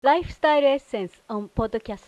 ライフスタイルエッセンス on podcast。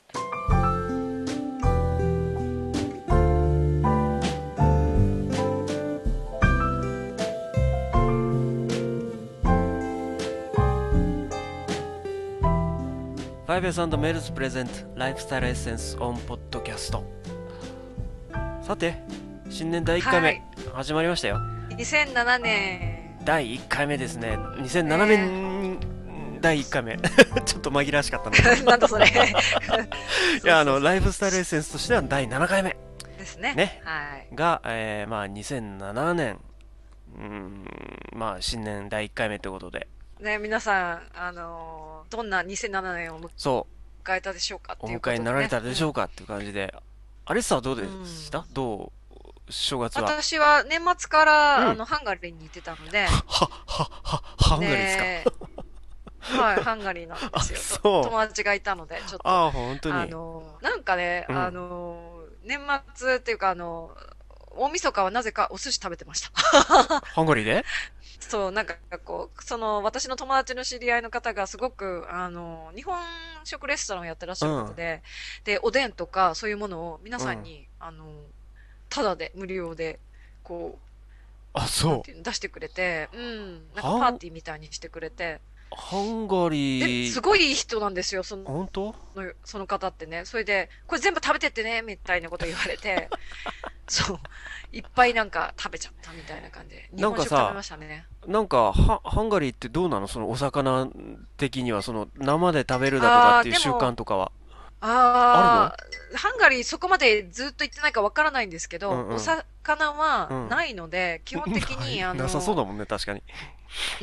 ファイブエス&メルズプレゼントライフスタイルエッセンスオンポッドキャスト。さて、新年第1回目、始まりましたよ。 2007年第1回目ですね。2007年、第1回目ちょっと紛らわしかったのなんだそれいや、ライフスタイルエッセンスとしては第7回目ですね。 ね、 はい。 が、まあ2007年、まあ新年第1回目ということで、 ね、皆さん、どんな2007年をそ迎えたでしょうかっう、おていうことで、ね。 迎えになられたでしょうかっていう感じで、アレッサはどうでした、どう正月は。 私は年末から、 うん、 ハンガリーに行ってたので、 ハンガリーですか。 はい、ハンガリーなんですよ。 そう。 友達がいたので、ちょっと。 ああ、本当に。 なんかね、 うん、 年末っていうか、大晦日はなぜかお寿司食べてました。 ハンガリーで。 そう、なんかこう、私の友達の知り合いの方がすごく、日本食レストランをやってらっしゃる方で、で、おでんとかそういうものを皆うん。 さんに、ただで、無料で、こあ、 う、なんそていうの、出してくれて、うん、なんう。 かパーティーみたいにしてくれて、 ハンガで、 リー、 すごいいい人なんですよ、 本当。 その方ってね。それで、これ全部食べてってね、みたいなこと言われて、そう、いっぱいなんか食べちゃったみたいな感じで、日本食食べなんかさ、 ましたね。 ハンガリーってどうなの、そのお魚的には、その生で食べるだとかっああ、 ていう習慣でも、 とかはあるの？ ああ、ハンガリーそこまでずっと行ってないかわからないんですけど、おうんうん。 魚はうん。 ないので、基本的に、 なさそうだもんね、確かに。 うん、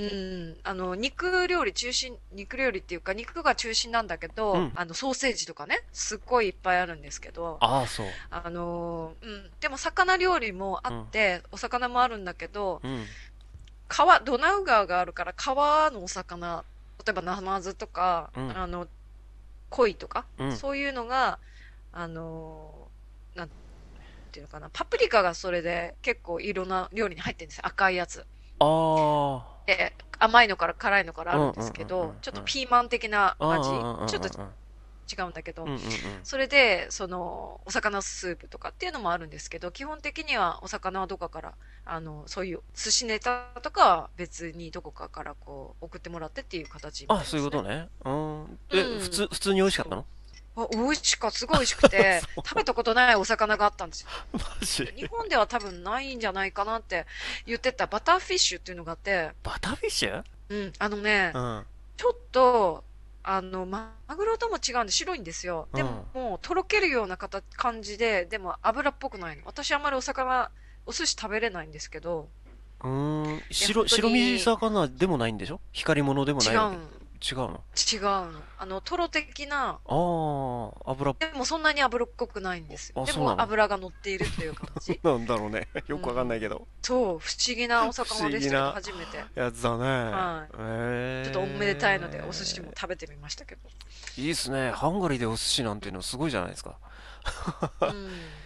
肉料理っていうか、肉が中心なんだけど、 うん。 ソーセージとかね、すっごいいっぱいあるんですけど、 ああ、そでも魚料理もあう。うん。 って、お魚もあるんだけど、 うん。 ドナウ川があるから、川のお魚、例えばナマズとか、 うん。 鯉とか、 うん。 そういうのが、なんていうのかな、パプリカがそれで結構いろんな料理に入ってるんですよ。赤いやつ。 ああ。 で、甘いのから辛いのからあるんでうんうんうんすけど、ちょっうんうん。 とピーマン的なああ、 味うんちょっとうんうん違うんだけど、 うん。うんうんうん。 それで、お魚スープとかっていうのもあるんですけど、基本的にはお魚はどこかから、そういう寿司ネタとかは別にどこかからこう送ってもらってっていう形みあ、 たいですね。 そういうことね。うん。 うん。 普通に美味しかったそう。 の？ 美味しか、すごい美味しくて、 そ食べたことないお魚があったんですよ。 う。マジ？ 日本では多分ないんじゃないかなって言ってたバターフィッシュっていうのがあって、 バターフィッシュ。 うん、 うん。 ちょっと、マグロとも違うんで白いんですよ。でうん。 も、とろけるような感じで、でも油っぽくないの。私あんまりお寿司食べれないんですけど、本当白身に魚でもないんでしょ？光り物でもないわけ？ 違うん、 違うの？ 違うの。トロ的な、 ああ、 でもそんなに脂っこくないんですよ。 あ、 でそうなの？ も油が乗っているっていう感じ。 なんだろうね。よくわかんないうん。 けど。 そう、不思議なお不思魚でしたけど、 議な初めて。 やつだね。 はい。ちょっとおめでたいので、お寿司もえ食べてみましたけど。 いいっすね。ハンガリーでお寿司なんていうのすごいじゃないですか。 うん。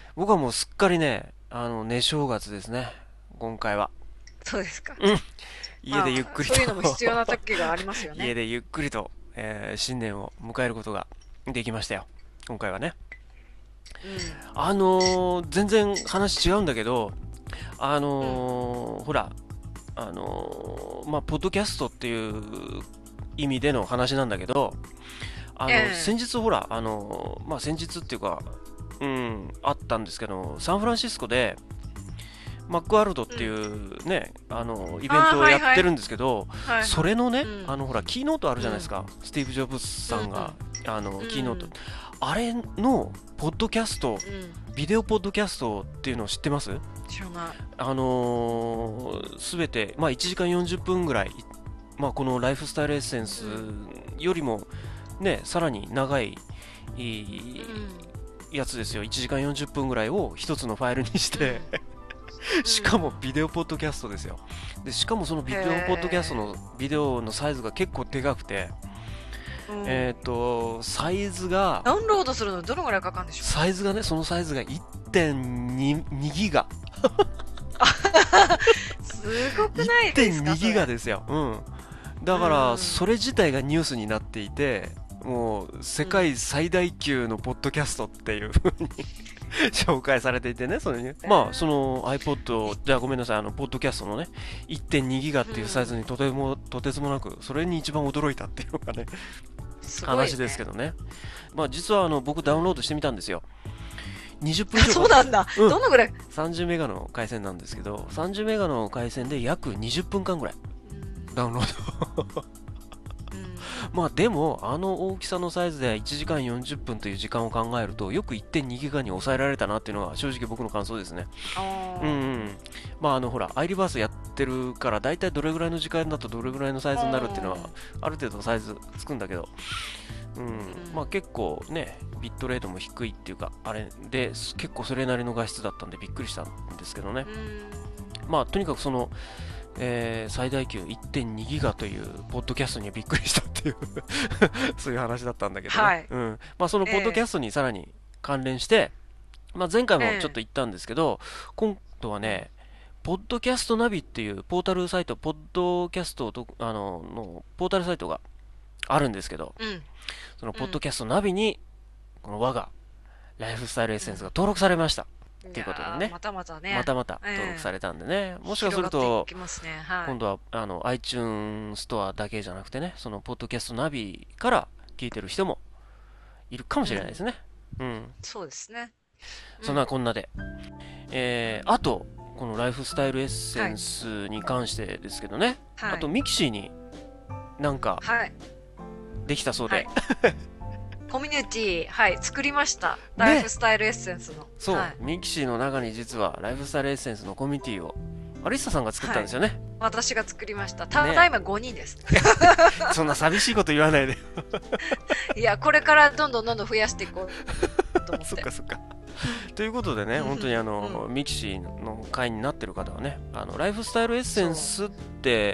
僕はもうすっかりね、寝正月ですね。今回は。 そうですか。 うん。家でゆっまあ、 くりとそういうのも必要な時がありますよね。 家でゆっくりと、新年を迎えることができましたよ。今回はね。 うん。 全然話違うんだけど、 うん。 ほら、まあ、ポッドキャストっていう意味での話なんだけど、 ええ。 先日ほら、まあ、先日っていうか、あったんですけど、サンフランシスコで、マックワールドっていうん。 うね、イベンああ、 トをはいはい。 やってるんですけど、 はいはい。 それのね、 うん。 ほら、キーノートあるうん。 じゃないですか。スティーブ・ジョブズうん。 さんが、 うキーノート。 ん。 あれの、ポッドキャスト、 うん。 ビデオポッドキャストっていうのを知ってます？ 知らない。 すべて、まあ、1時間40分ぐらい、まあ、このライフスタイルエッセンスうん。 よりも、ね、さらに長い、いいうん。 やつですよ。1時間40分ぐらいを一つのファイルにしてうん。うしかもん。 ビデオポッドキャストですよ。で、しかもそのビへデオポッドキャストのえ。 ビデオのサイズが結構でかくて、 うん。 サイズが、 ダウンロードするのどのぐらいかかるんでしょうね。 そのサイズが1.2ギガ。 すごくないですか、 1.2ギガそれ。 ですよ。うん。 うだから、そん。 れ自体がニュースになっていて、 もう世界最大級のポッドキャストっていう風に紹介されていてね、それにまあその iPod じゃあごめんなさい、ポッドキャストのね 1.2 ギガっていうサイズにとてつもなくそれに一番驚いたっていうのがねすごいね。 話ですけどね。まあ実は僕ダウンロードしてみたんですよ。20分以上そうなんだ。 うんどのぐらい？ 30メガの回線なんですけど、30メガの回線で約20分間ぐらいダウンロードまあでも大きさのサイズで1時間40分という時間を考えるとよく 1.2 ギガに抑えられたなっていうのが正直僕の感想ですね。まあほらアイリバースやってるからだいたいどれぐらいの時間だとどれぐらいのサイズになるっていうのはある程度サイズつくんだけど、まあ結構ねビットレートも低いっていうかあれで結構それなりの画質だったんでびっくりしたんですけどね。まあとにかくその最大級 1.2 ギガというポッドキャストにはびっくりしたっていうそういう話だったんだけどね、 はい。 まあそのポッドキャストにさらに関連して、まあ前回もちょっと言ったんですけど、今度はねポッドキャストナビっていうポータルサイト、ポッドキャストとのポータルサイトがあるんですけど、そのポッドキャストナビにこの我がライフスタイルエッセンスが登録されましたっていうことでね、 またまたね。 またまた登録されたんでね、もしかすると今度はiTunes ストアだけじゃなくてね、そのポッドキャストナビから聞いてる人もいるかもしれないですね。 そうですね。 そんなこんなで、あとこのライフスタイルエッセンスに関してですけどね、あとミキシーになんかできたそうで、 コミュニティ、作りました。ライフスタイルエッセンスの。 そう、ミキシーの中に実はライフスタイルエッセンスのコミュニティをアリッサさんが作ったんですよね。 私が作りました。ただいま5人です。 そんな寂しいこと言わないで。 いや、これからどんどん増やしていこうと思って。 そっかそっか。ということでね、本当にミキシーの会になってる方はね、ライフスタイルエッセンスって、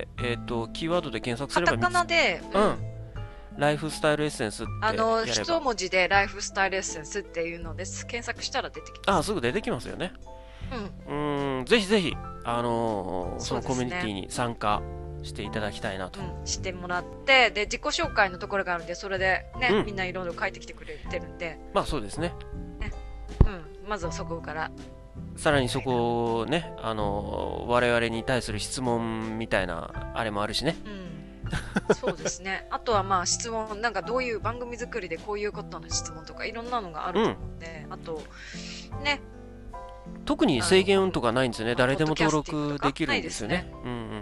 キーワードで検索すればカタカナで、 ライフスタイルエッセンスってやれば一文字でライフスタイルエッセンスっていうので検索したら出てきます。 すぐ出てきますよね。ぜひぜひ、そのコミュニティに参加していただきたいなと。 してもらって、で、自己紹介のところがあるんで、それでね、みんないろいろ書いてきてくれてるんで。 まあそうですね。 まずはそこから。 さらにそこをね、我々に対する質問みたいなあれもあるしね。 そうですね。あとはまあ質問、なんかどういう番組作りでこういうことの質問とかいろんなのがあると思うんで、あと、ね。 特に制限とかないんですよね。誰でも登録できるんですよね。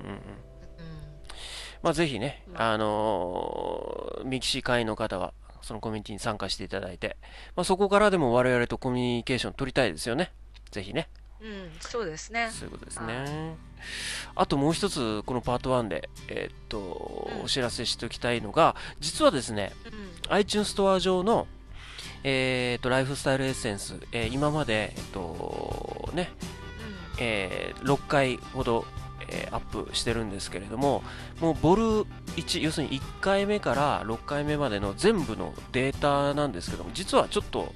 まあぜひね、ミキシー会員の方はそのコミュニティに参加していただいて、まあそこからでも我々とコミュニケーション取りたいですよね。ぜひね。 そうですね。 そういうことですね。あともう一つ、このパート1で、お知らせしておきたいのが、実はですね、iTunes ストア上の、ライフスタイルエッセンス、今まで、6回ほど、アップしてるんですけれども、もうボル1、要するに1回目から6回目までの全部のデータなんですけども、実はちょっと、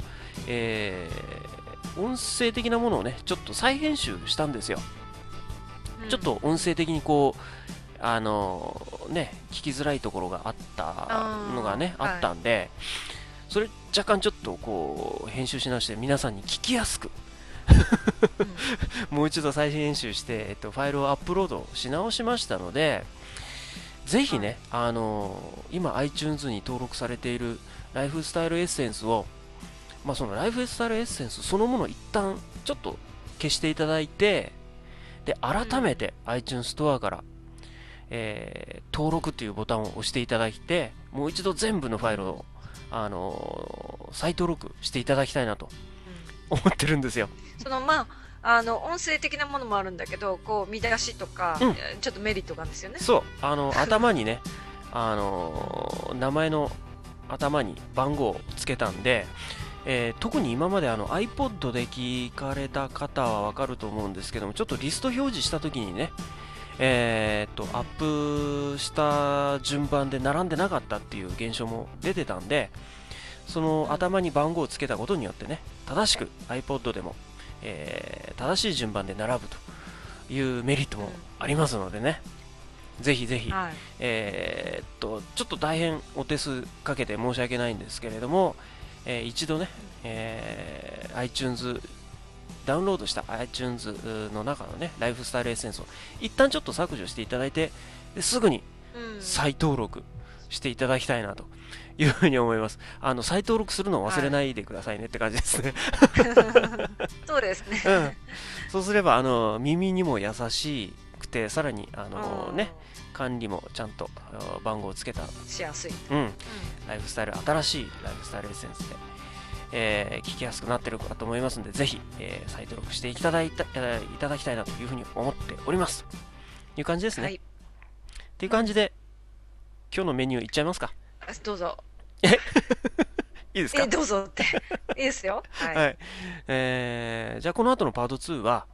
音声的なものをね、ちょっと再編集したんですよ。ちょっと音声的にこう、聞きづらいところがあったのがね、あったんで、それ若干ちょっとこう、編集し直して皆さんに聞きやすく、もう一度再編集して、ファイルをアップロードし直しましたので、ぜひね、今 iTunes に登録されているライフスタイルエッセンスを、まあそのライフスタイルエッセンスそのものを一旦ちょっと消していただいて、で改めて iTunes ストアから、登録というボタンを押していただいて、もう一度全部のファイルを、再登録していただきたいなと思ってるんですよ。 その音声的なものもあるんだけど、こう見出しとか、ちょっとメリットがあるんですよね。 そう、頭にね、名前の頭に番号をつけたんで、特に今までiPod で聞かれた方はわかると思うんですけども、ちょっとリスト表示した時にね、アップした順番で並んでなかったっていう現象も出てたんで、その頭に番号をつけたことによってね、正しく iPod でも、正しい順番で並ぶというメリットもありますのでね、 ぜひぜひ、 はい。 ちょっと大変お手数かけて申し訳ないんですけれども、一度ね、iTunes、ダウンロードした iTunes の中のね、ライフスタイルエッセンスを一旦ちょっと削除していただいて、ですぐにうん。 再登録していただきたいなというふうに思います。再登録するのを忘れないでくださいねって感じですね。 そうですね。 うん、そうすれば耳にも優しくて、さらにね、管理もちゃんと番号をつけた、 しやすい。 ライフスタイル、新しいライフスタイルエッセンスで、聞きやすくなっているかと思いますので、ぜひ、再登録していただきたいなというふうに思っておりますという感じですね。 はい。 っていう感じで、今日のメニューいっちゃいますか。 どうぞ。 いいですか。 どうぞって。いいですよ。はい。 はい。じゃあこの後のパート2は、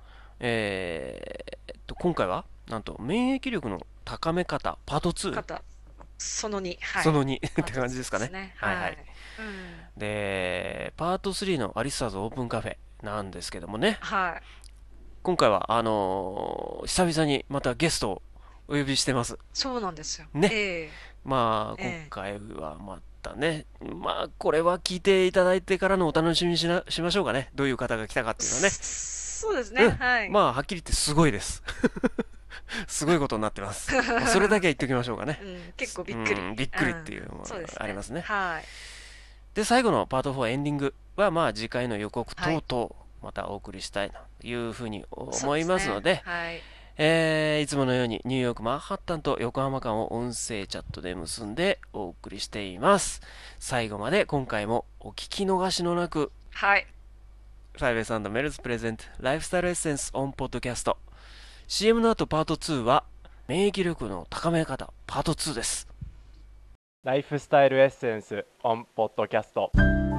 今回はなんと免疫力の高め方パート2、 その2。はい。 その2って感じですかね。はいはい。 うん。 で、パート3のアリスターズオープンカフェなんですけどもね、 はい。 今回は久々にまたゲストをお呼びしてます。 そうなんですよ。 ね。まあ、今回はまたね、まあ、これは聞いていただいてからのお楽しみにしましょうかね。どういう方が来たかっていうのはね。 そうですね。はい。 まあ、はっきり言ってすごいです。すごいことになってます。それだけは言っておきましょうかね。 結構びっくり。 びっくりっていうのもありますね。 はい。 で、最後のパート4エンディングは、まあ、次回の予告等々、またお送りしたいというふうに思いますので、いつものようにニューヨークマンハッタンと横浜間を音声チャットで結んでお送りしています。最後まで今回もお聞き逃しのなく、 はい。 5S& メルズプレゼントライフスタイルエッセンスオンポッドキャスト。CM の後パート2は免疫力の高め方パート2です。 ライフスタイルエッセンスオンポッドキャスト。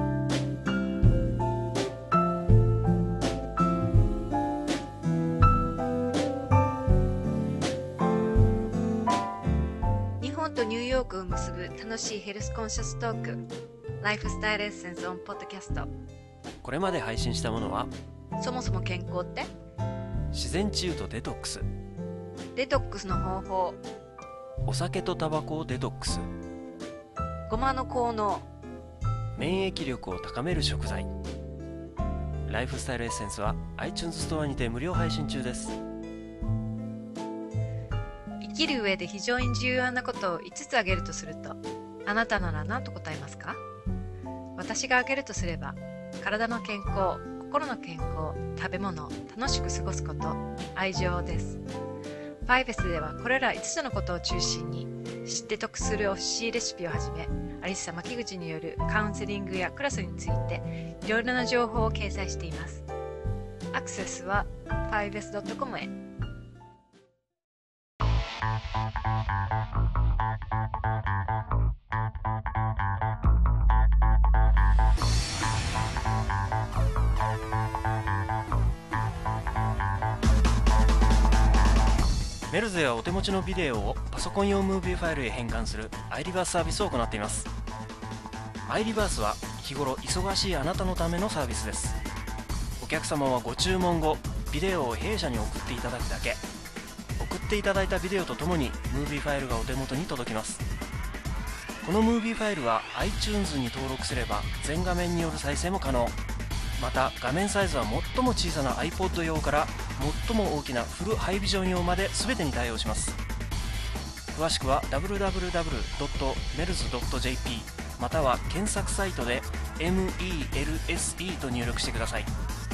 日本とニューヨークを結ぶ楽しいヘルスコンシャストーク、ライフスタイルエッセンスオンポッドキャスト。 これまで配信したものは、 そもそも健康って自然治癒とデトックス、 デトックスの方法、 お酒とタバコをデトックス、 ごまの効能、 免疫力を高める食材。ライフスタイルエッセンスは iTunes ストアにて無料配信中です。 生きる上で非常に重要なことを5つ挙げるとすると、あなたなら何と答えますか？私が挙げるとすれば、体の健康、心の健康、食べ物、楽しく過ごすこと、愛情です。5S ではこれら5つのことを中心に知って得するおいしいレシピをはじめ、アリッサ牧口によるカウンセリングやクラスについていろいろな情報を掲載しています。アクセスは 5s.com へ。 メルズではお手持ちのビデオをパソコン用ムービーファイルへ変換する iReverse サービスを行っています。iReverse は日頃忙しいあなたのためのサービスです。お客様はご注文後、ビデオを弊社に送っていただくだけ。送っていただいたビデオとともにムービーファイルがお手元に届きます。このムービーファイルは iTunes に登録すれば全画面による再生も可能。また画面サイズは最も小さな iPod 用から最も大きなフルハイビジョン用まで全てに対応します。詳しくは www.mels.jp または検索サイトで MELSE と入力してください。